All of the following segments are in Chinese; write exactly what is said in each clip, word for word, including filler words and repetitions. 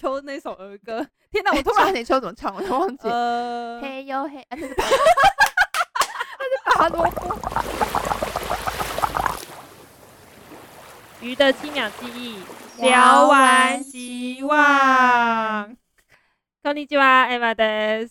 秋那首儿歌。天哪，我突然少年秋怎么唱我都忘记了。 呃， 嘿呦嘿，啊，那是拔那是拔萝卜。 鱼的七秒记忆，聊完希望。こんにちは、エマです。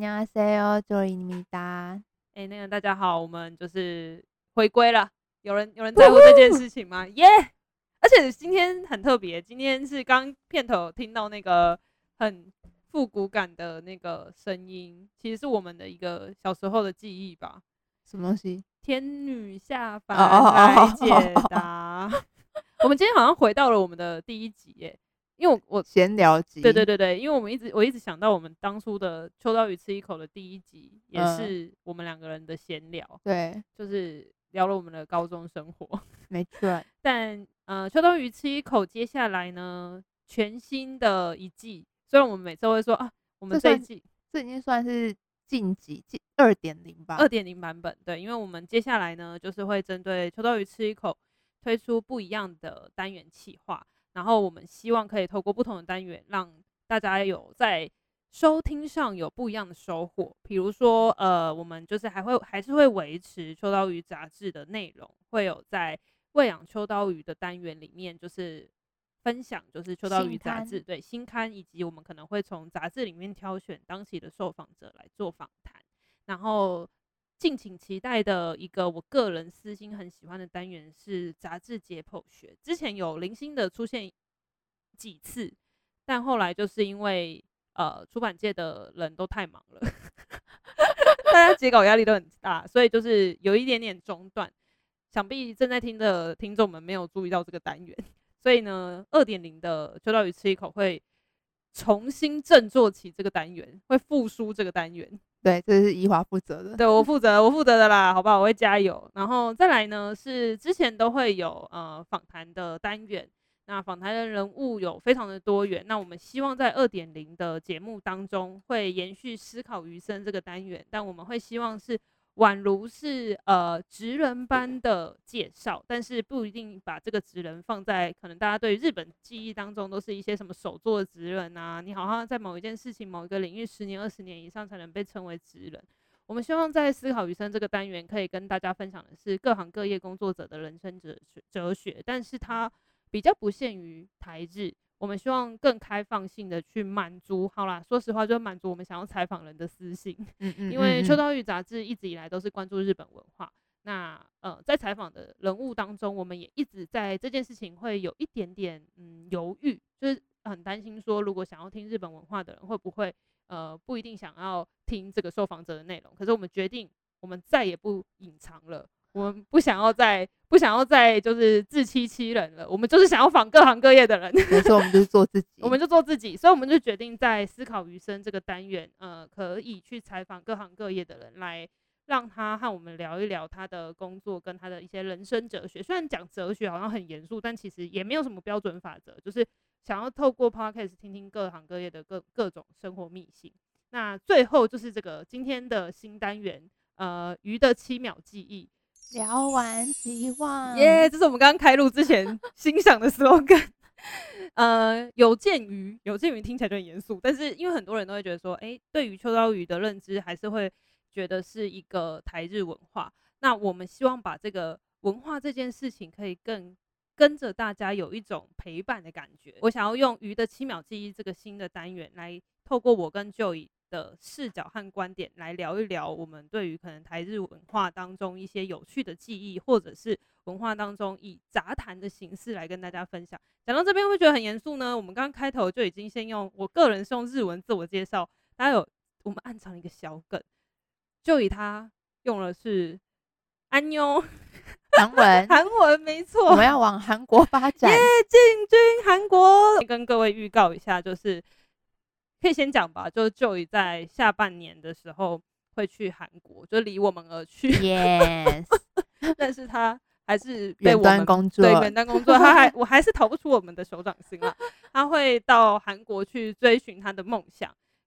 안녕하세요，조이입니다。 哎，那个大家好，我们就是回归了。有人有人在乎这件事情吗？耶！ Yeah! 而且今天很特别，今天是刚片头听到那个很复古感的那个声音，其实是我们的一个小时候的记忆吧。 什么东西？ 天女下凡来解答。我们今天好像回到了我们的第一集耶，因为我我闲聊集。 对对对对，因为我们一直我一直想到我们当初的秋刀鱼吃一口的第一集，也是我们两个人的闲聊、嗯。 对， 就是聊了我们的高中生活。 没错。 但呃，秋刀鱼吃一口，接下来呢，全新的一季。虽然我们每次都会说啊，我们这一季这, 这已经算是晋级二点零吧， 二点零版本。对，因为我们接下来呢，就是会针对秋刀鱼吃一口推出不一样的单元企划，然后我们希望可以透过不同的单元，让大家有在收听上有不一样的收获。比如说，呃，我们就是还会还是会维持秋刀鱼杂志的内容，会有在喂养秋刀鱼的单元里面，就是分享就是秋刀鱼杂志对新刊，以及我们可能会从杂志里面挑选当期的受访者来做访谈。然后敬请期待的一个我个人私心很喜欢的单元是杂志解剖学，之前有零星的出现几次，但后来就是因为呃出版界的人都太忙了大家截稿压力都很大，所以就是有一点点中断。想必正在听的听众们没有注意到这个单元，所以呢 二点零 的秋刀鱼吃一口会重新振作起这个单元，会复苏这个单元。 对，这是宜华负责的。 对，我负责，我负责的啦，好不好？我会加油。然后再来呢，是之前都会有呃访谈的单元，那访谈的人物有非常的多元。那我们希望在 二点零 的节目当中会延续思考余生这个单元，但我们会希望是宛如是呃职人般的介绍，但是不一定把这个职人放在可能大家对日本记忆当中都是一些什么手作的职人啊，你好像在某一件事情某一个领域十年二十年以上才能被称为职人。我们希望在思考余生这个单元可以跟大家分享的是各行各业工作者的人生哲学哲学，但是它比较不限于台日，我们希望更开放性的去满足，好啦，说实话就是满足我们想要采访人的私心。嗯嗯嗯嗯，因为秋刀鱼杂志一直以来都是关注日本文化，那呃在采访的人物当中，我们也一直在这件事情会有一点点嗯犹豫，就是很担心说，如果想要听日本文化的人会不会呃不一定想要听这个受访者的内容。可是我们决定，我们再也不隐藏了。我们不想要再不想要再就是自欺欺人了，我们就是想要访各行各业的人。 没错，我们就是做自己， 我们就做自己，所以我们就决定在思考余生这个单元，呃，可以去采访各行各业的人，来让他和我们聊一聊他的工作跟他的一些人生哲学。虽然讲哲学好像很严肃，但其实也没有什么标准法则，就是想要透过 podcast 听听各行各业的各各种生活秘辛。那最后就是这个今天的新单元，呃，鱼的七秒记忆。 聊完希望耶、yeah, 这是我们刚刚开录之前心想的 slogan 呃，有鉴于有鉴于听起来就很严肃，但是因为很多人都会觉得说，哎、欸，对于秋刀鱼的认知还是会觉得是一个台日文化。那我们希望把这个文化这件事情可以更跟着大家有一种陪伴的感觉。我想要用鱼的七秒记忆这个新的单元来透过我跟 Joey的视角和观点来聊一聊我们对于可能台日文化当中一些有趣的记忆，或者是文化当中以杂谈的形式来跟大家分享。讲到这边会觉得很严肃呢，我们刚刚开头就已经先用我个人是用日文自我介绍，大家有我们暗藏一个小梗，就以他用的是安妞韩文韩文没错， 我们要往韩国发展， 耶、yeah, 进军韩国。跟各位预告一下，就是可以先讲吧，就 Joey 在下半年的时候会去韩国，就离我们而去。 Yes 但是他还是被我们远端工作， 对远端工作，他还我还是逃不出我们的手掌心啦。他会到韩国去追寻他的梦想，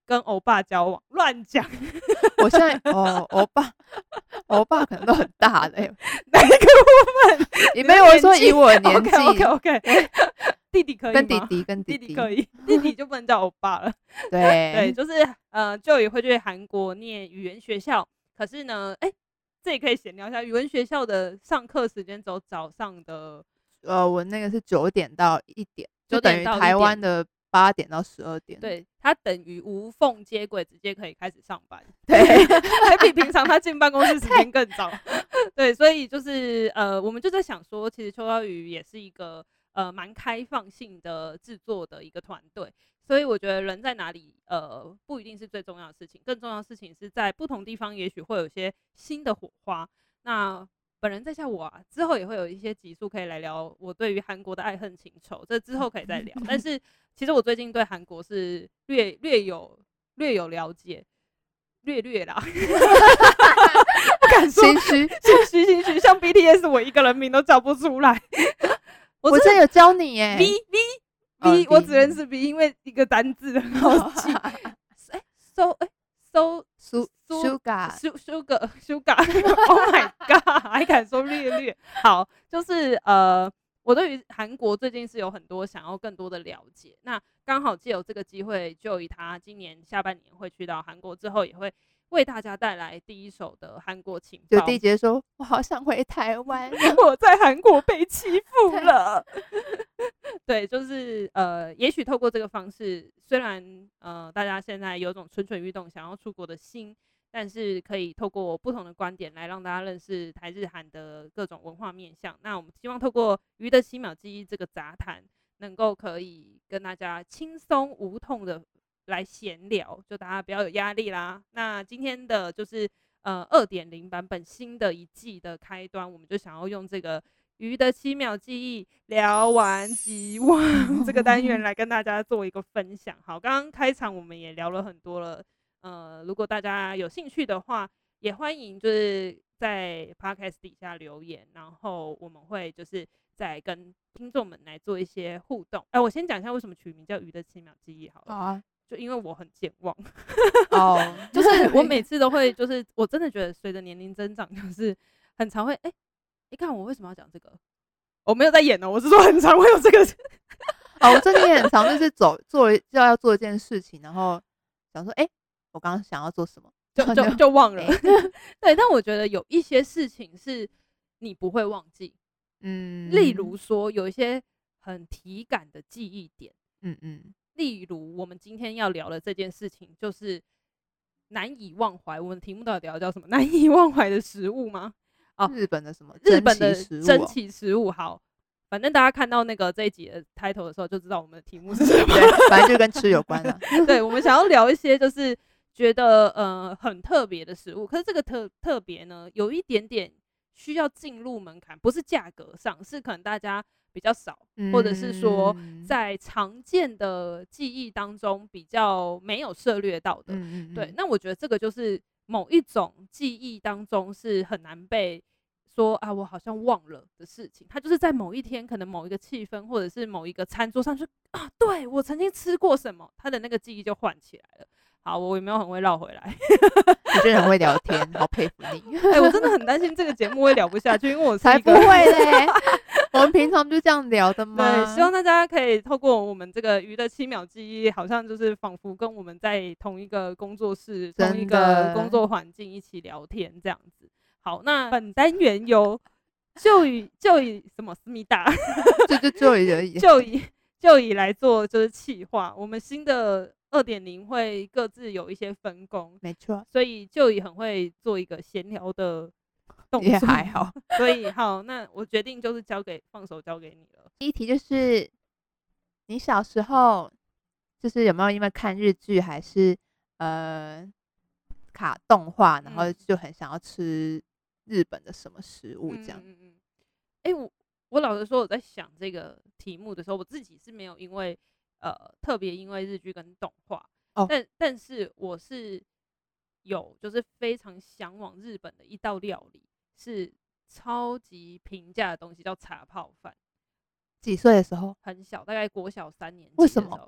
跟欧巴交往，乱讲。 我现在哦，欧巴，欧巴可能都很大的、欸， 哪一个部分？ 你没有我说以我的年纪 ，OK OK OK， 弟弟可以吗？ 跟弟弟跟弟弟弟弟可以，弟弟就不能叫欧巴了。 对对，就是呃，就也会去韩国念语言学校，可是呢，哎、欸，这也可以闲聊一下，语文学校的上课时间只有早上的， 呃，我那个是九点到一点，就九等于台点到一点湾的八点到十二点。 对，它等于无缝接轨，直接可以开始上班。 对， 还比平常他进办公室时间更早。对，所以就是呃，我们就在想说，其实秋刀鱼也是一个呃蛮开放性的制作的一个团队。所以我觉得人在哪里，呃，不一定是最重要的事情，更重要的事情是在不同地方，也许会有一些新的火花。那本人在下我啊，之后也会有一些集数可以来聊我对于韩国的爱恨情仇，这之后可以再聊。但是其实我最近对韩国是略略有略有了解，略略啦，不敢说心虚心虚心虚，像 B T S 我一个人名都叫不出来。 我真的有教你耶 ，V V V，、哦、我只认识 V， 因为一个单字很好记。哎、欸、，so 哎、欸、，so su sugar sugar sugar，Oh my god， 还敢说略略？好，就是呃，我对于韩国最近是有很多想要更多的了解。那刚好借由这个机会，就以他今年下半年会去到韩国之后，也会为大家带来第一手的韩国情报。 就弟姐说：“我好想回台湾， 我在韩国被欺负了。”对，就是呃，也许透过这个方式，虽然呃大家现在有种蠢蠢欲动想要出国的心，但是可以透过不同的观点来让大家认识台日韩的各种文化面向。那我们希望透过鱼的七秒记忆这个杂谈，能够可以跟大家轻松无痛的来闲聊，就大家不要有压力啦。那今天的就是呃 二点零 版本新的一季的开端，我们就想要用这个鱼的七秒记忆聊完即忘这个单元来跟大家做一个分享。好，刚刚开场我们也聊了很多了，呃，如果大家有兴趣的话，也欢迎就是在 podcast 底下留言，然后我们会就是再跟听众们来做一些互动。哎、呃，我先讲一下为什么取名叫鱼的七秒记忆好了。 好啊， 就因为我很健忘哦， 就是我每次都会，就是我真的觉得随着年龄增长，就是很常会哎。欸你、欸、看我为什么要讲这个？我没有在演哦，我是说很常会有这个。 哦，我最近也很常就是走做就要做一件事情，然后想说，哎、欸，我刚刚想要做什么， 就就就忘了。欸、对，但我觉得有一些事情是你不会忘记，嗯，例如说有一些很体感的记忆点，嗯嗯，例如我们今天要聊的这件事情就是难以忘怀。我们题目到底要叫什么？难以忘怀的食物吗？ 哦，日本的什么？ 日本的珍奇食物。好，反正大家看到那个这一集的 title 的时候，就知道我们的题目是什么。 对，反正就跟吃有关了。 对，我们想要聊一些就是觉得呃很特别的食物，可是这个特特别呢，有一点点需要进入门槛，不是价格上，是可能大家比较少，嗯、或者是说在常见的记忆当中比较没有涉略到的。嗯嗯嗯对，那我觉得这个就是某一种记忆当中是很难被说啊，我好像忘了的事情，它就是在某一天，可能某一个气氛，或者是某一个餐桌上就，就啊，对我曾经吃过什么，他的那个记忆就唤起来了。好，我有没有很会绕回来？ 你真的很会聊天，好佩服你。 哎、欸，我真的很担心这个节目会聊不下去，因为我是才不会嘞。我们平常就这样聊的吗？ 对，希望大家可以透过我们这个鱼的七秒记忆，好像就是仿佛跟我们在同一个工作室、同一个工作环境一起聊天这样子。好，那本单元由就以就以什么思密达， 就就就以而已， 就以就以来做就是企划。我们新的二点零会各自有一些分工， 没错， 所以就以很会做一个闲聊的动作， 也还好。 所以好，那我决定就是交给放手交给你了。 第一题就是你小时候就是有没有因为看日剧还是呃卡动画，然后就很想要吃日本的什么食物这样？嗯嗯嗯。 哎、欸，我我老实说，我在想这个题目的时候，我自己是没有因为呃特别因为日剧跟动画，哦，但但是我是有就是非常向往日本的一道料理，是超级平价的东西，叫茶泡饭。 几岁的时候？ 很小，大概国小三年级。 为什么？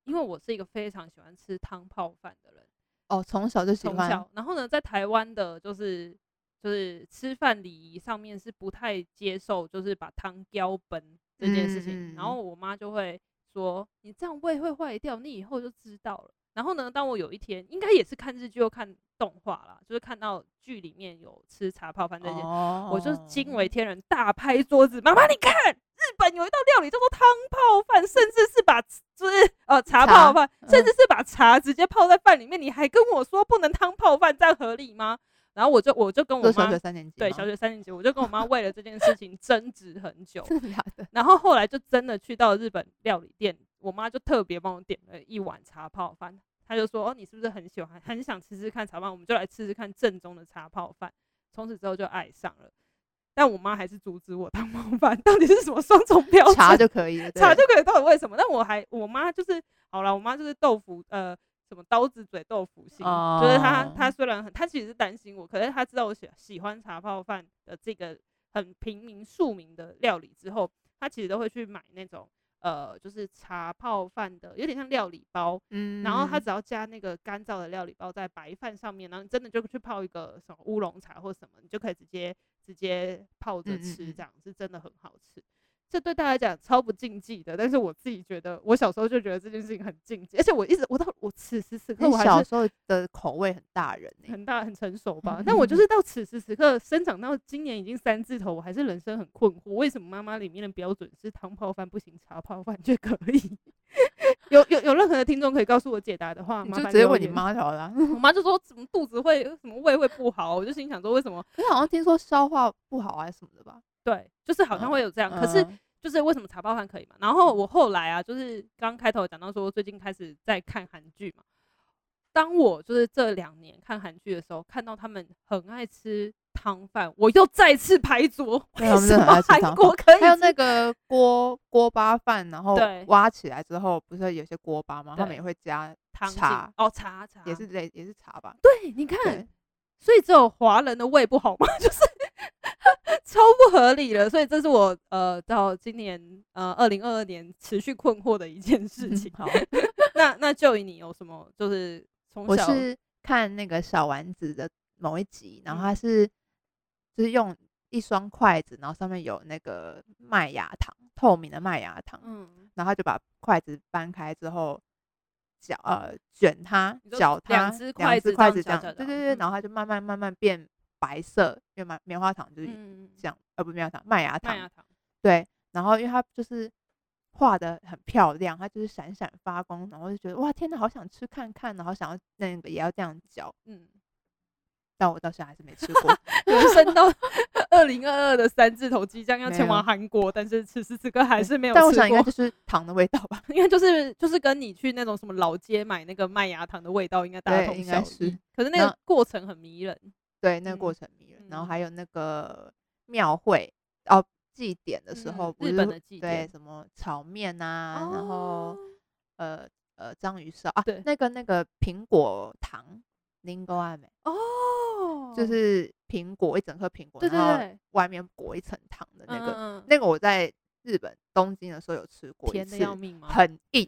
因为我是一个非常喜欢吃汤泡饭的人， 哦，从小就喜欢。 从小，然后呢，在台湾的就是就是吃饭礼仪上面是不太接受，就是把汤浇崩这件事情。 嗯嗯然后我妈就会说：“你这样胃会坏掉，你以后就知道了。”然后呢，当我有一天应该也是看日剧又看动画啦，就是看到剧里面有吃茶泡饭这件， 哦、 我就惊为天人，大拍桌子：“妈妈，你看，日本有一道料理叫做汤泡饭，甚至是把就是呃茶泡饭，甚至是把茶直接泡在饭里面，你还跟我说不能汤泡饭，这样合理吗？”然后我就我就跟我妈， 小学三年级， 对，小学三年级，我就跟我妈为了这件事情争执很久。 真的假的？ 然后后来就真的去到日本料理店，我妈就特别帮我点了一碗茶泡饭。她就说：“哦，你是不是很喜欢，很想吃吃看茶饭？我们就来吃吃看正宗的茶泡饭。”从此之后就爱上了。但我妈还是阻止我汤泡饭，到底是什么双重标准？ 茶就可以了， 茶就可以，到底为什么？但我还我妈就是好了，我妈就是豆腐呃。什么刀子嘴豆腐心，哦、就是她，她虽然很，她其实是担心我，可是她知道我喜喜欢茶泡饭的这个很平民庶民的料理之后，她其实都会去买那种呃，就是茶泡饭的，有点像料理包，嗯，然后她只要加那个干燥的料理包在白饭上面，然后你真的就去泡一个什么乌龙茶或什么，你就可以直接直接泡着吃，这样是真的很好吃。这对大家来讲超不禁忌的，但是我自己觉得，我小时候就觉得这件事情很禁忌，而且我一直我到我此时此刻我还是小时候的口味很大人、欸， 很大很成熟吧。但我就是到此时此刻生长到今年已经三字头，我还是人生很困惑，为什么妈妈里面的标准是汤泡饭不行，茶泡饭却可以？有有有任何的听众可以告诉我解答的话， 你就直接问你妈好了。 我妈就说怎么肚子会什么胃会不好，我就心想说为什么？ 可是好像听说消化不好还是什么的吧？ 对，就是好像会有这样，嗯、可是。就是为什么茶泡饭可以嘛？然后我后来啊，就是刚开头讲到说，最近开始在看韩剧嘛。当我就是这两年看韩剧的时候，看到他们很爱吃汤饭，我又再次拍桌。为什么韩国可以？ 还有那个锅锅巴饭，然后挖起来之后，不是有些锅巴吗？他们也会加茶哦，茶茶也是类也是茶吧？ 对，你看，所以只有华人的胃不好吗？就是。超不合理了，所以这是我呃到今年呃二零二二年持续困惑的一件事情。好，那那就以你有什么就是从小？ 我是看那个小丸子的某一集，然后他是、嗯、就是用一双筷子，然后上面有那个麦芽糖，透明的麦芽糖，嗯，然后他就把筷子搬开之后搅呃卷它，搅它， 两只筷子这样，对对对，嗯、然后它就慢慢慢慢变。白色，因为棉花糖就是这样，嗯、呃，不是棉花糖，麦芽糖， 麦芽糖， 对。然后因为它就是画的很漂亮，它就是闪闪发光，然后就觉得哇，天哪，好想吃看看，然后想要那个也要这样嚼，嗯。但我到现在还是没吃过。 人生到二零二二的三字头，即将要前往韩国，但是此时此刻还是没有吃过。 但我想应该就是糖的味道吧， 应该就是就是跟你去那种什么老街买那个麦芽糖的味道，应该大同小异。可是那个过程很迷人。 对，那个过程迷人，嗯、然后还有那个庙会哦，祭典的时候， 嗯、日本的祭典，对，什么炒面啊，哦、然后呃呃章鱼烧啊，对，那个那个苹果糖，lingo ame，哦，就是苹果一整颗苹果， 对对对， 然后外面裹一层糖的那个，嗯、那个我在日本东京的时候有吃过一次， 甜的要命吗？ 很硬，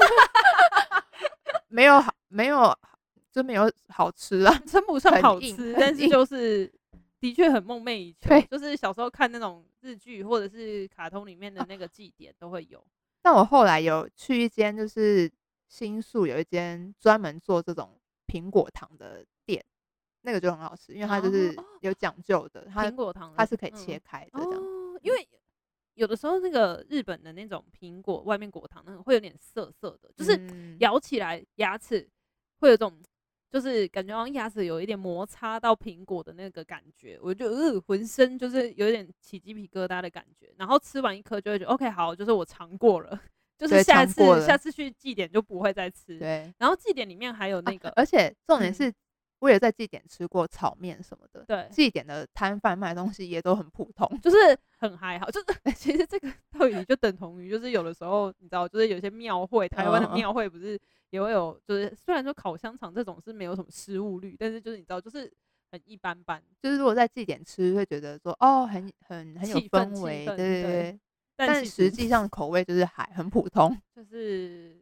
没有没有。就没有好吃啊， 称不上好吃，但是就是的确很梦寐以求。就是小时候看那种日剧或者是卡通里面的那个祭典都会有。 但我后来有去一间就是新宿有一间专门做这种苹果糖的店，那个就很好吃，因为它就是有讲究的，它苹果糖它是可以切开的这样。 哦，因为有的时候那个日本的那种苹果外面果糖那种会有点涩涩的，就是咬起来牙齿会有种。就是感觉好像牙齿有一点摩擦到苹果的那个感觉，我就呃浑身就是有点起鸡皮疙瘩的感觉，然后吃完一颗就会觉得 OK 好，就是我尝过了，就是下次下次去祭典就不会再吃。 对， 然后祭典里面还有那个， 啊、而且重点是。嗯我也在祭典吃过炒面什么的， 对， 祭典的摊贩卖东西也都很普通， 就是很还好，就是其实这个道理就等同于，就是有的时候你知道，就是有些庙会，台湾的庙会不是也会有，就是虽然说烤香肠这种是没有什么失误率，但是就是你知道，就是很一般般。 就是如果在祭典吃，会觉得说哦，很很很有氛围，对对对。但实际上口味就是还很普通， 就是。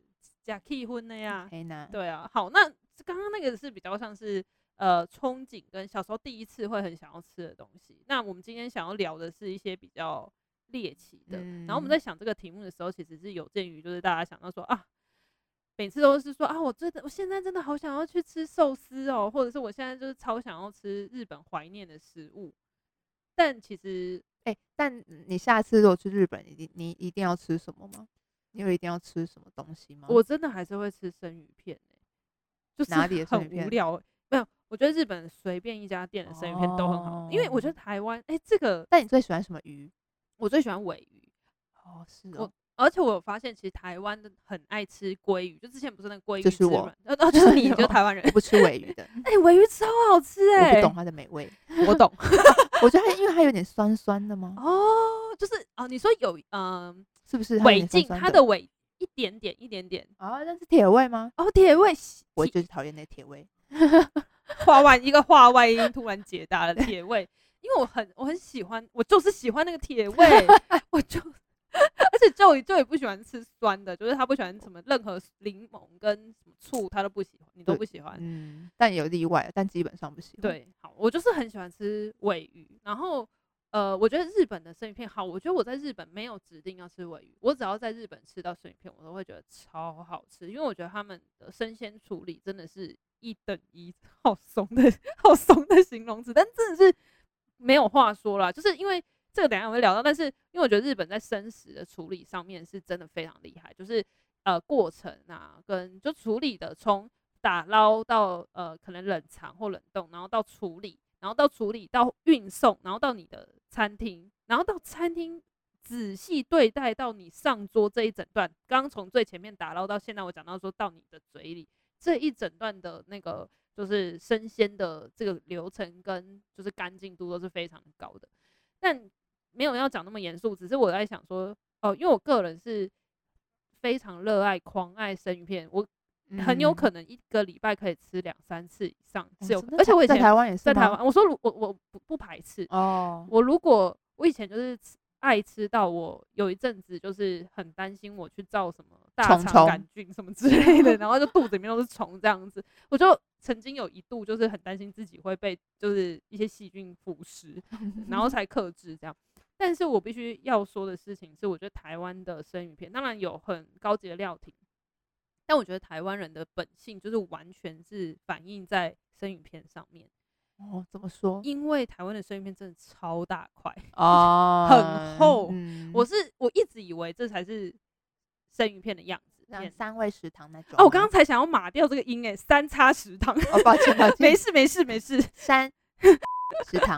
假气婚的呀。 嘿呐， 对啊，好，那刚刚那个是比较像是呃憧憬跟小时候第一次会很想要吃的东西。那我们今天想要聊的是一些比较猎奇的， 嗯， 然后我们在想这个题目的时候，其实是有鉴于就是大家想到说啊，每次都是说啊，我真的我现在真的好想要去吃寿司哦，或者是我现在就是超想要吃日本怀念的食物。但其实， 哎、欸，但你下次如果去日本，你你一定要吃什么吗？你有一定要吃什么东西吗？ 我真的还是会吃生鱼片、欸、就是哪里的生鱼片？ 很无聊。没有，我觉得日本随便一家店的生鱼片都很好，哦、因为我觉得台湾，哎、欸，这个， 但你最喜欢什么鱼？ 我最喜欢鲔鱼。 哦，是哦。 我而且我有发现，其实台湾的很爱吃鲑鱼，就之前不是那个鲑鱼就是我， 哦，就是你，就是台湾人， 我不吃鲔鱼的。 哎、欸，鲔鱼超好吃哎、 欸，我不懂它的美味。 我懂， 我觉得它因为它有点酸酸的吗？ 哦，就是哦，你说有嗯、呃， 是不是尾劲？它的尾一点点一点点哦，那是铁味吗？ 哦，铁味， 我就是讨厌那铁味。 话外一个话外音突然解答了铁味，因为我很我很喜欢，我就是喜欢那个铁味，我就。而且就就也不喜欢吃酸的，就是他不喜欢什么任何柠檬跟什么醋，他都不喜欢，你都不喜欢。 嗯，但有例外，但基本上不喜欢。 对，好，我就是很喜欢吃鲔鱼，然后呃，我觉得日本的生鱼片好，我觉得我在日本没有指定要吃鲔鱼，我只要在日本吃到生鱼片，我都会觉得超好吃，因为我觉得他们的生鲜处理真的是一等一，好怂的好怂的形容词，但真的是没有话说啦，就是因为。这个等一下我会聊到，但是因为我觉得日本在生食的处理上面是真的非常厉害，就是呃过程啊，跟就处理的从打捞到呃可能冷藏或冷冻，然后到处理，然后到处理到运送，然后到你的餐厅，然后到餐厅仔细对待到你上桌这一整段，刚刚从最前面打捞到现在我讲到说到你的嘴里这一整段的那个就是生鲜的这个流程跟就是干净度都是非常高的，但没有要讲那么严肃，只是我在想说，哦、呃，因为我个人是非常热爱、狂爱生鱼片，我很有可能一个礼拜可以吃两三次以上，嗯、是有，而且我以前在台湾也是， 在台湾，我说我我不不排斥哦，我如果我以前就是爱吃到我有一阵子就是很担心我去照什么大肠杆菌什么之类的，然后就肚子里面都是虫这样子，我就曾经有一度就是很担心自己会被就是一些细菌腐蚀，然后才克制这样。但是我必须要说的事情是，我觉得台湾的生鱼片当然有很高级的料亭，但我觉得台湾人的本性就是完全是反映在生鱼片上面。 哦，怎么说？ 因为台湾的生鱼片真的超大块哦， 很厚、 嗯。 我是我一直以为这才是生鱼片的样子， 像三味食堂那种。 哦，我刚刚才想要码掉这个音诶，三叉食堂。 哦，抱歉抱歉， 没事没事没事， 三食堂。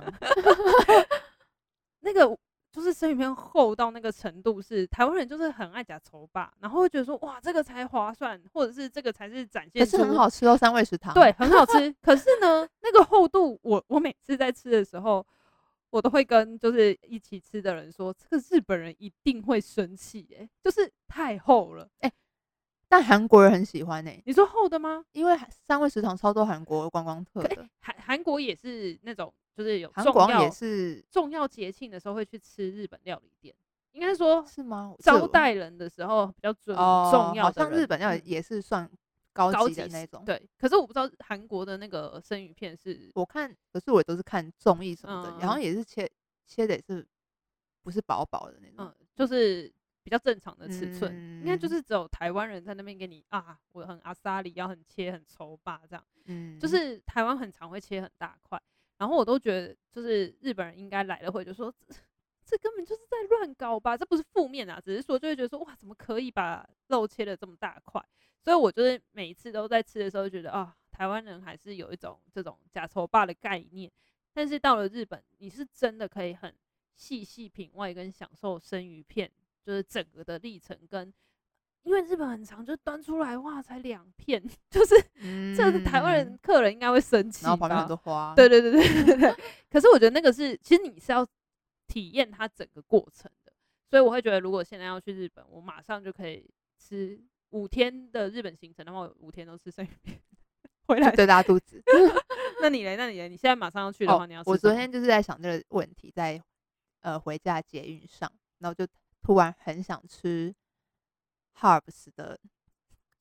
那个就是生鱼片厚到那个程度，是台湾人就是很爱夹丑霸，然后会觉得说哇这个才划算，或者是这个才是展现出， 可是很好吃哦，三味食堂。 对，很好吃。可是呢，那个厚度，我我每次在吃的时候，我都会跟就是一起吃的人说，这个日本人一定会生气，哎，就是太厚了，哎、欸。 但韩国人很喜欢呢、欸。 你说厚的吗？ 因为三味食堂超多韩国观光客的。 韩韩、欸、国也是那种，就是有韩国也是重要节庆的时候会去吃日本料理店。应该说是吗？ 招待人的时候比较重重要的人、哦、好像日本料理也是算高级的那种。 对，可是我不知道韩国的那个生鱼片是， 我看，可是我都是看综艺什么的，然、嗯、后也是切切的也是不是薄薄的那种， 嗯，就是比较正常的尺寸， 嗯、 应该就是只有台湾人在那边给你啊，我很阿萨里要很切很稠吧这样，嗯，就是台湾很常会切很大块，然后我都觉得就是日本人应该来了会就说这, 这根本就是在乱搞吧，这不是负面啊，只是说就会觉得说哇怎么可以把肉切得这么大块，所以我就是每一次都在吃的时候觉得啊，台湾人还是有一种这种假稠吧的概念，但是到了日本你是真的可以很细细品味跟享受生鱼片就是整个的历程，跟因为日本很长，就端出来哇才两片，就是嗯这台湾人客人应该会生气， 然后旁边很多花， 对对对对对对。可是我觉得那个是，其实你是要体验它整个过程的，所以我会觉得如果现在要去日本，我马上就可以吃五天的日本行程，然后五天都吃生鱼片，回来对大肚子。 那你嘞？那你嘞？你现在马上要去的话， 哦、 你要吃什么？ 我昨天就是在想这个问题，在呃回家捷运上，然后就突然很想吃 Harbs 的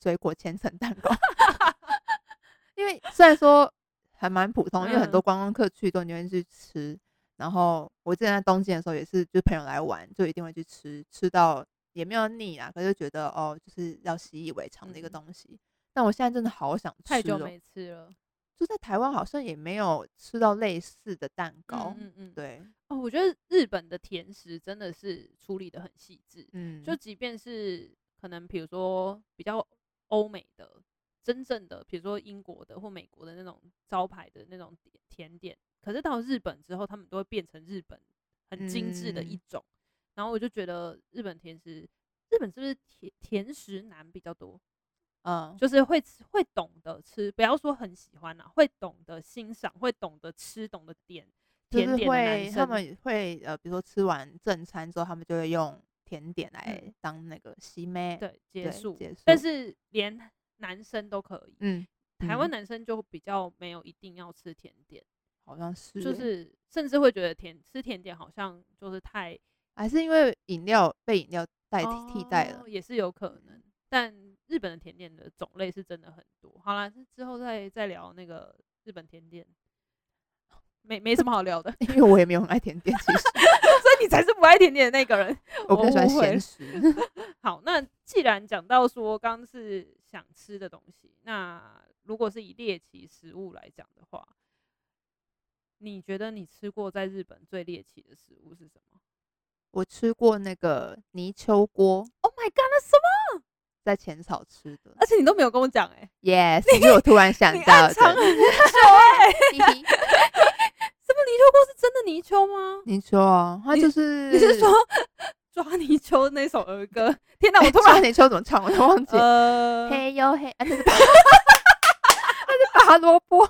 水果千层蛋糕，因为虽然说还蛮普通，因为很多嗯观光客去都一定会去吃。然后我之前在东京的时候也是，就朋友来玩就一定会去吃，吃到也没有腻啊，可是就觉得哦，就是要习以为常的一个嗯， 东西。但我现在真的好想吃哦， 太久没吃了。 就在台湾好像也没有吃到类似的蛋嗯糕。 嗯嗯， 对， 哦，我觉得日本的甜食真的是处理的很细致，就嗯即便是可能比如说比较欧美的，真正的比如说英国的或美国的那种招牌的那种点甜点，可是到日本之后，他们都会变成日本很精致的一嗯种。然后我就觉得日本甜食，日本是不是甜甜食男比较多？ 嗯， 就是会吃会懂得吃，不要说很喜欢啦，会懂得欣赏，会懂得吃，懂得点就是甜点的男会他生。 们会呃，比如说吃完正餐之后，他们就会用甜点来嗯， 当那个西妹， 对，结对， 束。 结束。 但是连男生都可以， 嗯嗯， 台湾男生就比较没有一定要吃甜点， 好像是欸， 就是甚至会觉得甜吃甜点好像就是太还是因为饮料被饮料代替替代了。 哦，也是有可能。但日本的甜点的种类是真的很多。好啦，之后再再聊那个日本甜点，没没什么好聊的。 因为我也没有很爱甜点，其实所以你才是不爱甜点的那个人。 我比较喜欢误会了咸食。 好，那既然讲到说刚刚是想吃的东西，那如果是以猎奇食物来讲的话，你觉得你吃过在日本最猎奇的食物是什么我吃过那个泥鳅锅， ？Oh my god，那什么？ 在浅草吃的。 而且你都没有跟我讲哎、 Yes，因为我突然想你到暗藏的。 很久哎、 嘿嘿什么泥鳅锅是真的泥鳅吗？ 泥鳅啊，它你就是你是说抓泥鳅那首儿歌？天哪，我突抓然泥鳅怎么唱我都忘记了。 呃， 嘿呦嘿，啊，那是拔那是拔萝卜。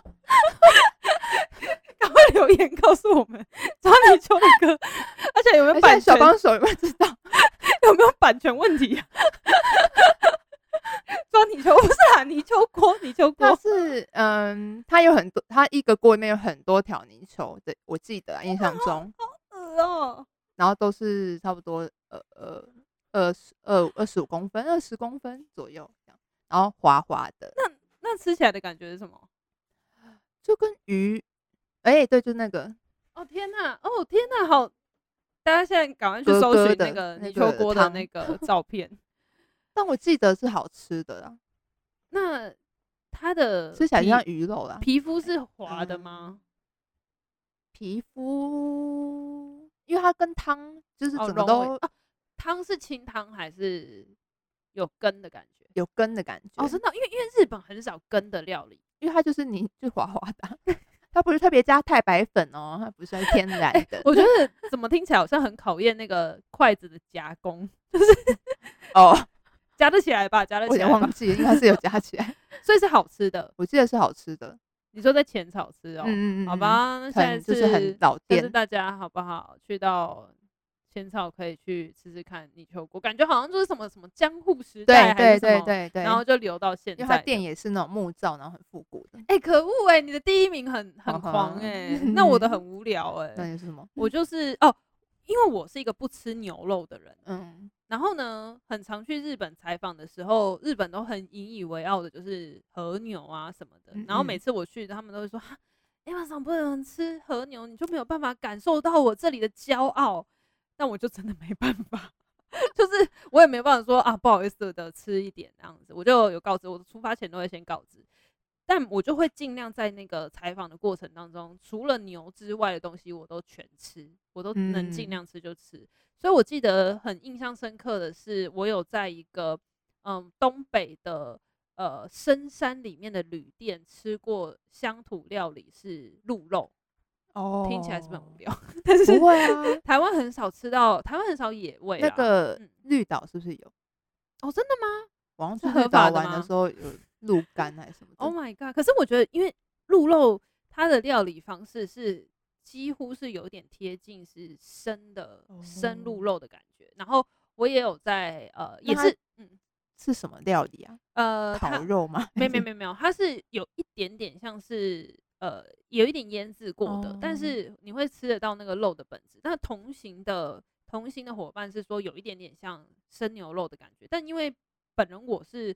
赶快留言告诉我们抓泥鳅的歌，而且有没有而且版权？ 小帮手有没有知道？ 有没有版权问题啊？抓泥鳅不是啦，泥鳅锅，泥鳅它锅。 是嗯，它有很多，它一个锅里面有很多条泥鳅，对，我记得啊印象中， 恶哦、 然后都是差不多呃呃二十二二十五公分、二十公分左右这样，然后滑滑的， 那吃起来的感觉是什么？ 就跟鱼，哎、对，就那个哦天哪，哦天哪，好！大家现在赶快去哥搜哥的寻那个那泥鳅个汤锅的那个照片。 但我记得是好吃的啦， 那它的皮吃起来就像鱼肉啦。 皮肤是滑的嗯吗？ 皮肤，因为它跟汤就是哦， 整个都融为哦，汤是清汤还是有根的感觉？ 有根的感觉。 哦，真的，因为因为日本很少根的料理。 因为它就是泥，就滑滑的啊，它不是特别加太白粉哦，它不是天然的。 我觉得怎么听起来好像很考验那个筷子的夹工， 哦， 夹得起来吧？夹得我有起来吧？ 点忘记了，应该是有加起来， 所以是好吃的。 我记得是好吃的。 你说在浅草吃哦、 嗯嗯嗯， 好吧，那下一次很就是很老但是店。 大家好不好？去到浅草可以去吃吃看泥鳅锅，感觉好像就是什么什么江户时代对对还是什么， 对对对， 然后就留到现因为它在。 店也是那种木造，然后很复古的。 哎、可恶哎、你的第一名很很哈哈狂哎、那我的很无聊哎、 那你是什么？ 我就是哦，因为我是一个不吃牛肉的人， 嗯， 然后呢，很常去日本采访的时候，日本都很引以为傲的就是和牛啊什么的。 嗯然后每次我去，他们都会说：“哈，哎，晚上不能吃和牛，你就没有办法感受到我这里的骄傲。”但我就真的没办法，就是我也没办法说啊，不好意思的吃一点这样子，我就有告知，我的出发前都会先告知。但我就会尽量在那个采访的过程当中，除了牛之外的东西我都全吃，我都能尽量吃就吃。所以我记得很印象深刻的是，我有在一个嗯东北的呃深山里面的旅店吃过乡土料理，是鹿肉。 哦， 听起来是不是很无聊？但是不会啊， 台湾很少吃到，台湾很少野味啦。 那个嗯绿岛是不是有？ 哦，真的吗我好像是合去绿岛法的吗玩的时候有鹿肝还是什么的。 ？Oh my god！可是我觉得，因为鹿肉它的料理方式是几乎是有点贴近是生的哦生鹿肉的感觉。然后我也有在呃，也那它是嗯是什么料理啊？ 呃，它烤肉吗？ 没没没没有，它是有一点点像是呃，有一点腌制过的， 哦但是你会吃得到那个肉的本质。那同行的同行的伙伴是说有一点点像生牛肉的感觉，但因为本人我是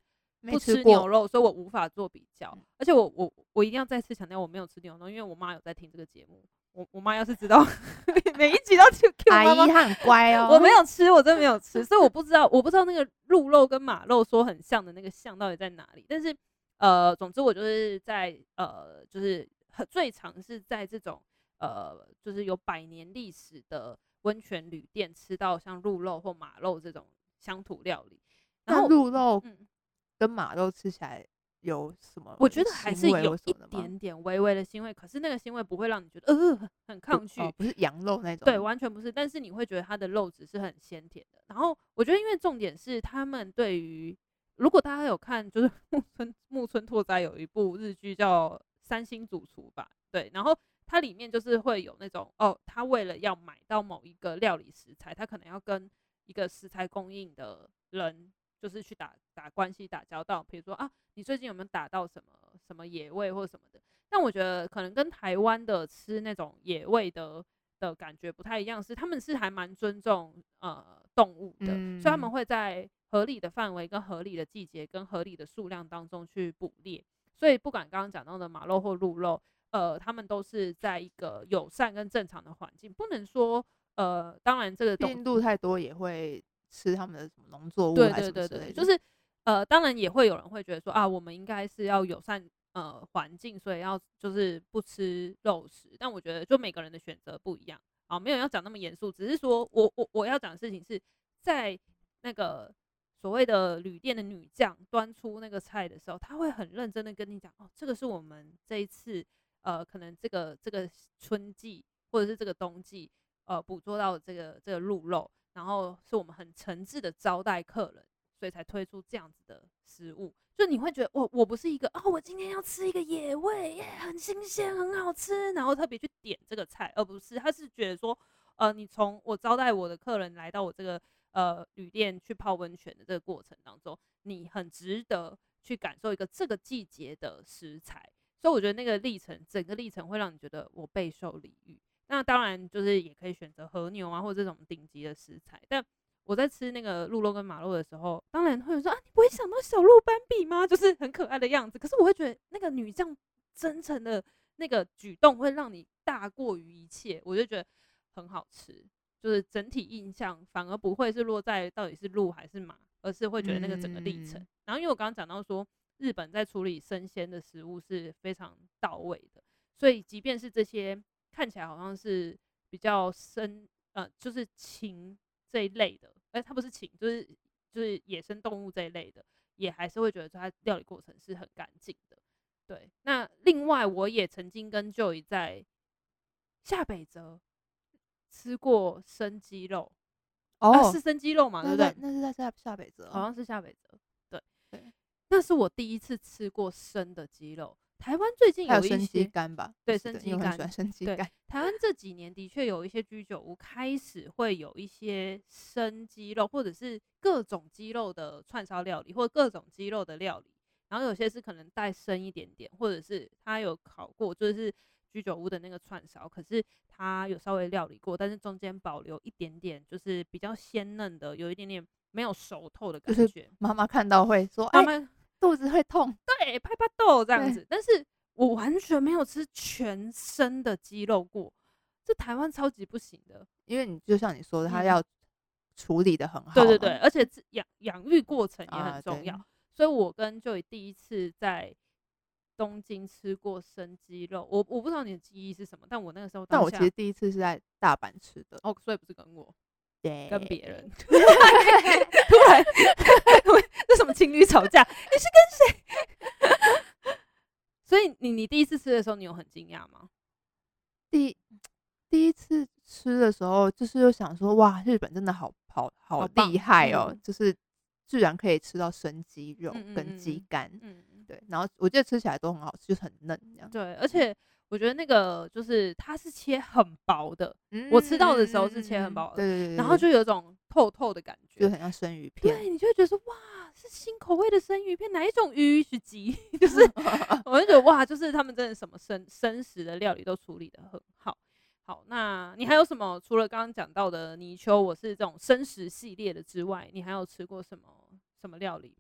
不吃牛肉，所以我无法做比较。嗯、而且我我我一定要再次强调，我没有吃牛肉，因为我妈有在听这个节目。我我妈要是知道每一集都 Q Q 阿姨她很乖哦。 我没有吃，我真的没有吃，所以我不知道，我不知道那个鹿肉跟马肉说很像的那个像到底在哪里。但是呃，总之我就是在呃，就是最常是在这种呃，就是有百年历史的温泉旅店吃到像鹿肉或马肉这种乡土料理。然后鹿肉跟马肉吃起来有什么？ 我觉得还是有一点点微微的腥味，可是那个腥味不会让你觉得呃很抗拒、 哦，不是羊肉那种。 对，完全不是。但是你会觉得它的肉质是很鲜甜的。然后我觉得，因为重点是他们对于，如果大家有看，就是木村木村拓哉有一部日剧叫《三星主厨》吧，对，然后它里面就是会有那种哦，他为了要买到某一个料理食材，他可能要跟一个食材供应的人。就是去打打关系打交道，比如说啊，你最近有没有打到什么什么野味或什么的？但我觉得可能跟台湾的吃那种野味的的感觉不太一样，是他们是还蛮尊重呃动物的、嗯，所以他们会在合理的范围、跟合理的季节、跟合理的数量当中去捕猎。所以不管刚刚讲到的马肉或鹿肉，呃，他们都是在一个友善跟正常的环境，不能说呃，当然这个变路太多也会。吃他们的什么农作物， 对对对对，就是呃，当然也会有人会觉得说啊，我们应该是要友善呃环境，所以要就是不吃肉食。但我觉得就每个人的选择不一样啊，没有要讲那么严肃，只是说我我我要讲的事情是在那个所谓的旅店的女将端出那个菜的时候，她会很认真的跟你讲哦，这个是我们这一次呃可能这个这个春季或者是这个冬季呃捕捉到的这个这个鹿肉。然后是我们很诚挚的招待客人，所以才推出这样子的食物。就你会觉得，我我不是一个哦，我今天要吃一个野味耶，很新鲜，很好吃，然后特别去点这个菜，而不是他是觉得说，呃，你从我招待我的客人来到我这个呃旅店去泡温泉的这个过程当中，你很值得去感受一个这个季节的食材。所以我觉得那个历程，整个历程会让你觉得我备受礼遇。那当然就是也可以选择和牛啊，或者这种顶级的食材。但我在吃那个鹿肉跟马肉的时候，当然会有说啊，你不会想到小鹿斑比吗？就是很可爱的样子。可是我会觉得那个女将真诚的那个举动会让你大过于一切，我就觉得很好吃。就是整体印象反而不会是落在到底是鹿还是马，而是会觉得那个整个历程。嗯、然后因为我刚刚讲到说，日本在处理生鲜的食物是非常到位的，所以即便是这些。看起来好像是比较生呃，就是禽这一类的，哎、欸，它不是禽，就是就是野生动物这一类的，也还是会觉得它料理过程是很干净的。对，那另外我也曾经跟 Joey 在下北泽吃过生鸡肉，哦、啊，是生鸡肉嘛，对不对？ 那是在下下北泽、哦， 好像是下北泽，对对，那是我第一次吃过生的鸡肉。台湾最近有一些生鸡肝吧， 对，生鸡肝， 生鸡肝。 台湾这几年的确有一些居酒屋开始会有一些生鸡肉，或者是各种鸡肉的串烧料理，或者各种鸡肉的料理。然后有些是可能带生一点点，或者是他有烤过，就是居酒屋的那个串烧，可是他有稍微料理过，但是中间保留一点点，就是比较鲜嫩的，有一点点没有熟透的感觉。就是妈妈看到会说：“妈妈。欸”肚子会痛， 对，拍拍豆这样子，但是我完全没有吃全生的鸡肉过，这台湾超级不行的， 因为你就像你说的，它要处理的很好、嗯， 对对对，而且养养育过程也很重要，啊、所以我跟 Joey 第一次在东京吃过生鸡肉，我我不知道你的记忆是什么，但我那个时候当下， 但我其实第一次是在大阪吃的， 哦，所以不是跟我。 对， 跟别人突然这什么情侣吵架？你是跟谁？所以你你第一次吃的时候，你有很惊讶吗？ 第第一次吃的时候，就是又想说，哇，日本真的好好好厉害哦、喔嗯，就是居然可以吃到生鸡肉跟鸡肝，嗯，嗯对，然后我觉得吃起来都很好吃，就是很嫩这样。 对，而且。我觉得那个就是它是切很薄的，嗯、我吃到的时候是切很薄的， 对对对， 然后就有种透透的感觉， 就很像生鱼片。 对，你就会觉得说哇，是新口味的生鱼片，哪一种鱼是鸡？就是我就觉得哇，就是他们真的什么生生食的料理都处理得很好。好，那你还有什么？除了刚刚讲到的泥鳅，我是这种生食系列的之外，你还有吃过什么什么料理吗？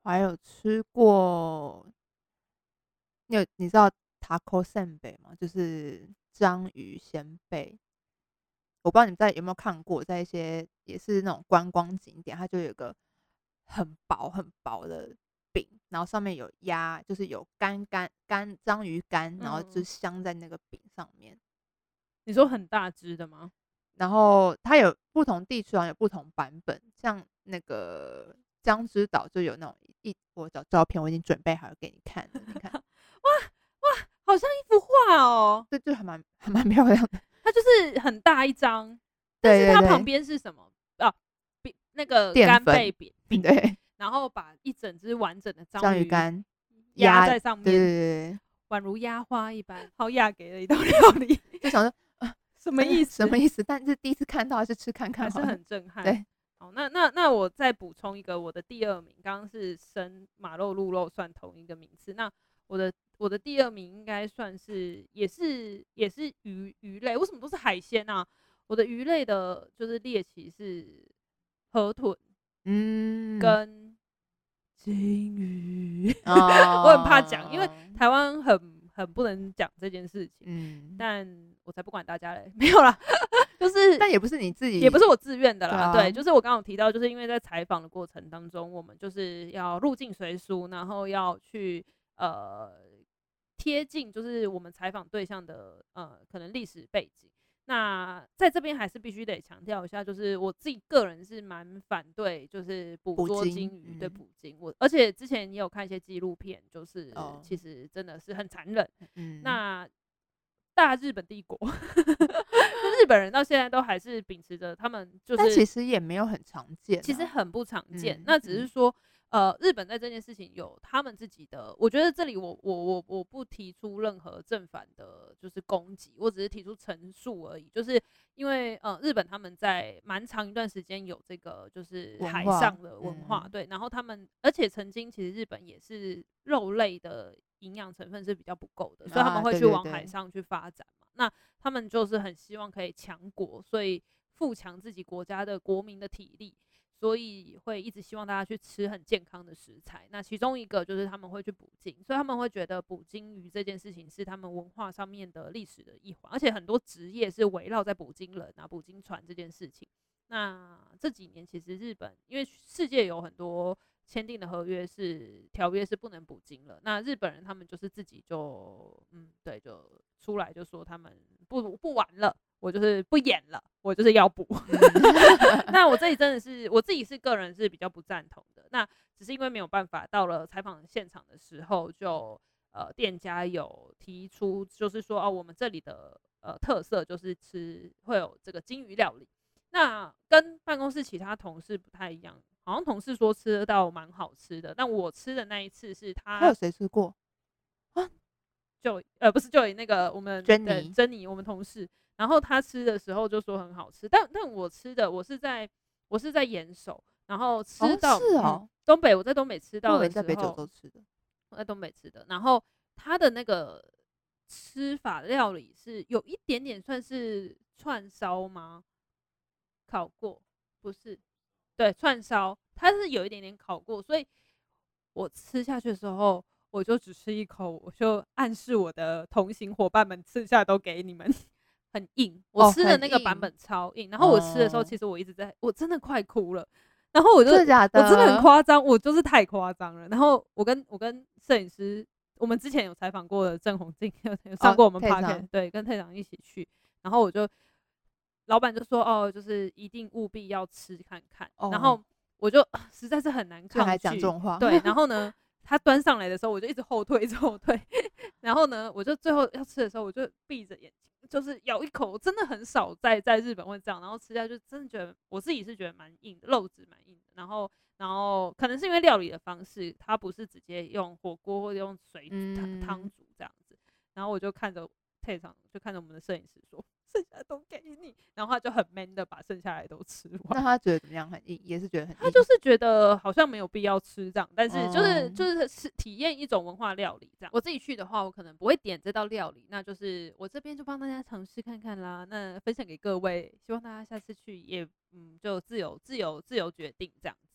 还有吃过，你有你知道 taco senbei 吗？就是章鱼鲜贝。我不知道你们在有没有看过，在一些也是那种观光景点，它就有一个很薄很薄的饼，然后上面有鸭，就是有干干干章鱼干，然后就嗯， 镶在那个饼上面。 你说很大只的吗？ 然后它有不同地区好像有不同版本，像那个江之岛就有那种一，我找照片我已经准备好了给你看了，你看， 哇哇，好像一幅画哦。 这就还蛮还蛮漂亮的。 它就是很大一张，但对对是它旁对， 边是什么啊？饼那个淀干贝粉， 饼饼， 对， 然后把一整只完整的章章鱼鱼干鸭， 压在上对对面， 对宛如压花一般，好雅给的一道料理。 对，就想说什么意思？ 什么意思？但是第一次看到还是吃看看还是好了。 很震撼。 对， 好，那那那我再补充一个，我的第二名刚刚是生马肉鹿肉算同一个名次，那我的我的第二名应该算是也是也是鱼鱼类，为什么都是海鲜啊？我的鱼类的就是猎奇是河豚嗯， 跟金鱼。 哦， 我很怕讲，因为台湾很很不能讲这件事情， 嗯， 但我才不管大家嘞，没有啦，就是但也不是你自己， 也不是我自愿的啦， 对啊对，就是我刚刚有提到，就是因为在采访的过程当中，我们就是要入境随俗，然后要去呃贴近，就是我们采访对象的呃可能历史背景。那在这边还是必须得强调一下，就是我自己个人是蛮反对，就是捕捉捕鲸鲸鱼对嗯捕鲸。我而且之前也有看一些纪录片，就是哦其实真的是很残忍。 嗯， 那大日本帝国，日本人到现在都还是秉持着他们就但其是实也没有很常见啊， 其实很不常见， 嗯那只是嗯说。呃，日本在这件事情有他们自己的，我觉得这里我我我我不提出任何正反的，就是攻击，我只是提出陈述而已。就是因为呃，日本他们在蛮长一段时间有这个就是文化海上的文化， 嗯对，然后他们而且曾经其实日本也是肉类的营养成分是比较不够的，所以他们啊会去往对对对海上去发展嘛。那他们就是很希望可以强国，所以富强自己国家的国民的体力。所以会一直希望大家去吃很健康的食材。那其中一个就是他们会去捕鲸，所以他们会觉得捕鲸鱼这件事情是他们文化上面的历史的一环，而且很多职业是围绕在捕鲸人啊、捕鲸船这件事情。那这几年其实日本因为世界有很多签订的合约是条约是不能捕鲸了，那日本人他们就是自己就嗯对就出来就说他们不不玩了。我就是不演了，我就是要补。那我这里真的是我自己是个人是比较不赞同的。那只是因为没有办法，到了采访现场的时候就，呃店家有提出，就是说哦，我们这里的呃特色就是吃会有这个金鱼料理。那跟办公室其他同事不太一样，好像同事说吃得到蛮好吃的，但我吃的那一次是他还有谁吃过？ 就呃不是就那个我们珍妮珍妮我们同事，然后他吃的时候就说很好吃，但但我吃的我是在我是在岩手，然后吃哦到、 是哦嗯、东北，我在东北吃到的时候， 我以为在北九州吃的， 我在东北吃的，然后他的那个吃法料理是有一点点算是串烧吗？烤过不是？对，串烧它是有一点点烤过，所以我吃下去的时候。我就只吃一口，我就暗示我的同行伙伴们吃下都给你们，很硬。我哦吃的很硬那个版本超硬，然后我吃的时候， 哦其实我一直在，我真的快哭了。然后我就真的假的？ 我真的很夸张，我就是太夸张了。然后我跟我跟摄影师，我们之前有采访过的郑红静，有上过我们 p o 退 d 场对，跟队长一起去。然后我就老板就说哦，就是一定务必要吃看看。 哦然后我就实在是很难抗居然还讲这拒， 种话， 对，然后呢？他端上来的时候，我就一直后退，一直后退。然后呢，我就最后要吃的时候，我就闭着眼睛，就是咬一口。真的很少在在日本会这样，然后吃下去，真的觉得我自己是觉得蛮硬的，肉质蛮硬的。然后，然后可能是因为料理的方式，它不是直接用火锅或者用水汤汤嗯煮这样子。然后我就看着退场，就看着我们的摄影师说：“剩下的都给你。”然后他就很 man 的把剩下来都吃完。 那他觉得怎么样？很硬，也是觉得很硬。 他就是觉得好像没有必要吃这样，但是就是、 哦就是是体验一种文化料理这样。我自己去的话，我可能不会点这道料理，那就是我这边就帮大家尝试看看啦。那分享给各位，希望大家下次去也嗯就自由自由自由决定这样子。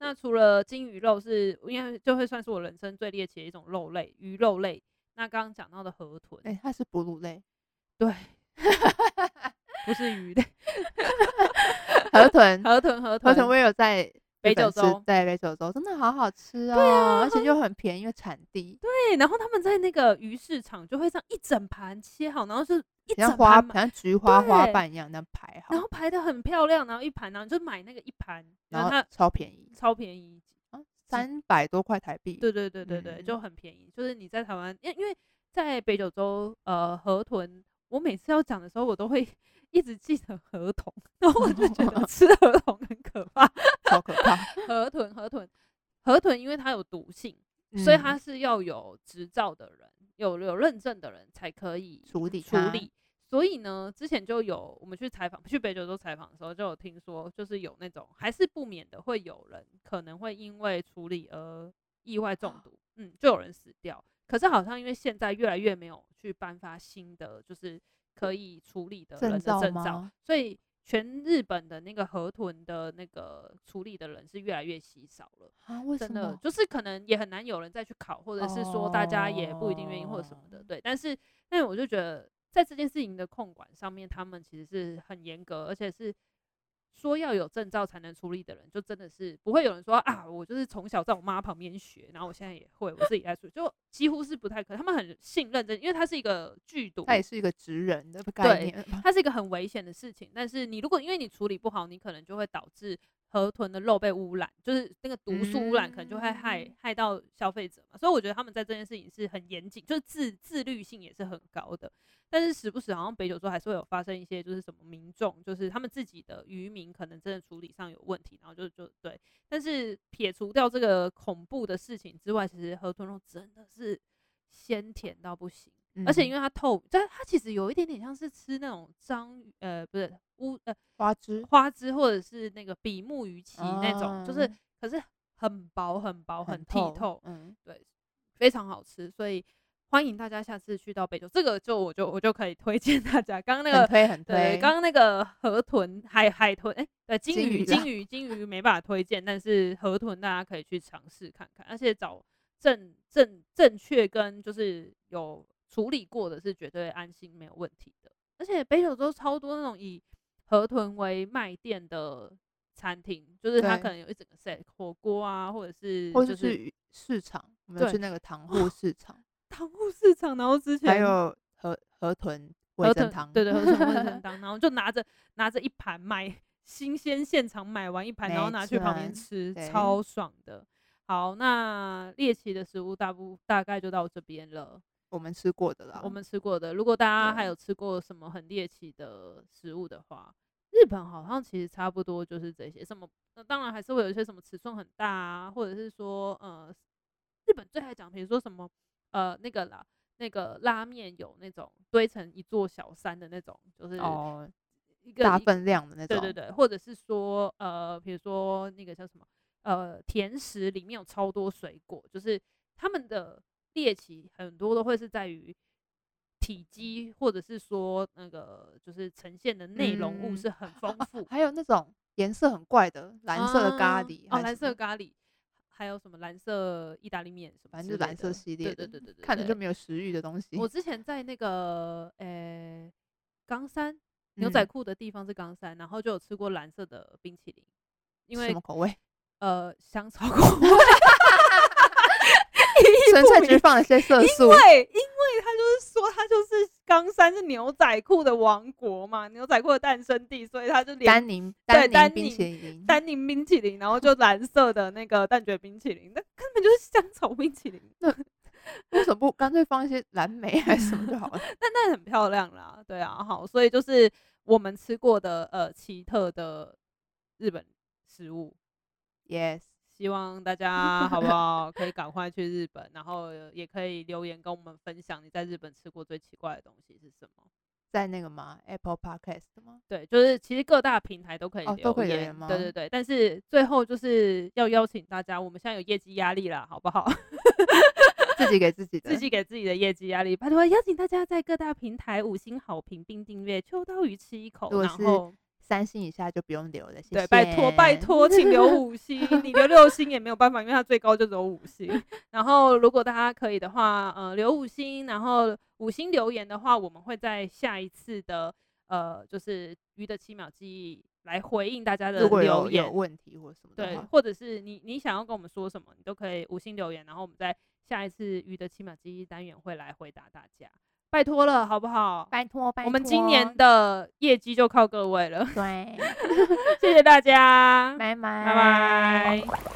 那除了金鱼肉是，因为就会算是我人生最猎奇的一种肉类，鱼肉类。那刚刚讲到的河豚， 哎、欸，它是哺乳类， 对，不是鱼类。 河豚， 河豚，河豚， 河豚，我也有在北九州， 在北九州真的好好吃哦， 对啊， 而且又很便宜，因为产地。 对，然后他们在那个鱼市场就会这样一整盘切好，然后是一整盘像花， 盘， 像菊花花瓣一样那样排好， 然后排的很漂亮，然后一盘，然后就买那个一盘， 然后它超便宜， 超便宜， 三百多块台币。 对对对对对，嗯、就很便宜。就是你在台湾，因因为在北九州，呃，河豚，我每次要讲的时候，我都会一直记得河豚，然后我就觉得吃河豚很可怕， 超可怕。 河豚，河豚，河豚，因为它有毒性，嗯、所以它是要有执照的人，有有认证的人才可以处理处理。所以呢，之前就有我们去采访，去北九州采访的时候，就有听说，就是有那种还是不免的会有人可能会因为处理而意外中毒，嗯，就有人死掉。可是好像因为现在越来越没有去颁发新的就是可以处理的人的证照，所以全日本的那个河豚的那个处理的人是越来越稀少了啊？为什么？ 真的就是可能也很难有人再去考，或者是说大家也不一定愿意或者什么的，对。但是，但我就觉得。在这件事情的控管上面，他们其实是很严格，而且是说要有证照才能处理的人，就真的是不会有人说啊，我就是从小在我妈旁边学，然后我现在也会，我自己来处理，就几乎是不太可能。他们很信任这，因为它是一个剧毒， 它也是一个职人的概念， 对，它是一个很危险的事情。但是你如果因为你处理不好，你可能就会导致河豚的肉被污染，就是那个毒素污染，可能就会害、嗯、害到消费者嘛。所以我觉得他们在这件事情是很严谨，就是自自律性也是很高的。但是时不时好像北九州还是会有发生一些，就是什么民众，就是他们自己的渔民可能真的处理上有问题，然后就就对。但是撇除掉这个恐怖的事情之外，其实河豚肉真的是鲜甜到不行，嗯、而且因为它透，但它其实有一点点像是吃那种章鱼，呃，不是乌呃花枝花枝或者是那个比目鱼鳍那种，嗯、就是可是很薄很薄很剔透，嗯，对，非常好吃，所以。欢迎大家下次去到北九，这个就我就我就可以推荐大家。刚刚那个很推很推， 对，刚刚那个河豚海海豚，哎、欸，对，金鱼金鱼金鱼没办法推荐，但是河豚大家可以去尝试看看，而且找正正正确跟就是有处理过的是绝对安心没有问题的。而且北九州超多那种以河豚为卖店的餐厅，就是它可能有一整个 set 火锅啊，或者是、就是、 或者是市场，我们去那个塘户市场。 塘户市场，然后之前还有河河豚味噌汤， 对对，河豚味噌汤，然后就拿着拿着一盘买新鲜现场买完一盘，然后拿去旁边吃，超爽的。好，那猎奇的食物大部大概就到这边了。 我们吃过的啦， 我们吃过的。如果大家还有吃过什么很猎奇的食物的话，日本好像其实差不多就是这些。什么？那当然还是会有一些什么尺寸很大啊，或者是说呃，日本最爱讲，比如说什么。呃，那个啦，那个拉面有那种堆成一座小山的那种，就是哦， 一个大分量的那种， 对对对，或者是说呃，比如说那个叫什么呃，甜食里面有超多水果，就是他们的猎奇很多都会是在于体积，或者是说那个就是呈现的内容物是很丰富、 嗯啊啊，还有那种颜色很怪的蓝色的咖喱， 嗯、哦，蓝色的咖喱。还有什么蓝色意大利面什么， 反正就是蓝色系列的， 对对对对对， 看着就没有食欲的东西。 我之前在那个呃冈山牛仔裤的地方是冈山、嗯，然后就有吃过蓝色的冰淇淋，因为什么口味？ 呃，香草口味， 纯粹只是放了些色素。 因为因为他就是说他就是冈山是牛仔裤的王国嘛，牛仔裤的诞生地，所以他就连丹宁对丹宁冰淇淋， 丹宁冰淇淋，然后就蓝色的那个蛋卷冰淇淋，那根本就是香草冰淇淋。 为什么不干脆放一些蓝莓还是什么就好了？ 但那很漂亮啦，对啊，好，所以就是我们吃过的呃奇特的日本食物 ，yes。 希望大家好不好可以赶快去日本，然后也可以留言跟我们分享你在日本吃过最奇怪的东西是什么。 在那个吗 ？Apple Podcast 吗？ 对，就是其实各大平台都可以留言， 哦、都可以留言吗？ 对对对，但是最后就是要邀请大家，我们现在有业绩压力啦，好不好？ 自己给自己的， 自己给自己的业绩压力。拜托，邀请大家在各大平台五星好评并订阅《秋刀鱼吃一口》，然后。 三星以下就不用留了，谢谢。 对，拜托拜托，请留五星，你留六星也没有办法，因为它最高就只有五星。然后如果大家可以的话，呃，留五星，然后五星留言的话，我们会在下一次的呃，就是鱼的七秒记忆来回应大家的如果留言， 有有问题或什么的对， 话， 或者是你你想要跟我们说什么，你都可以五星留言，然后我们在下一次鱼的七秒记忆单元会来回答大家。拜托了，好不好？ 拜托拜托， 我们今年的业绩就靠各位了。 对， 谢谢大家， 拜拜拜拜。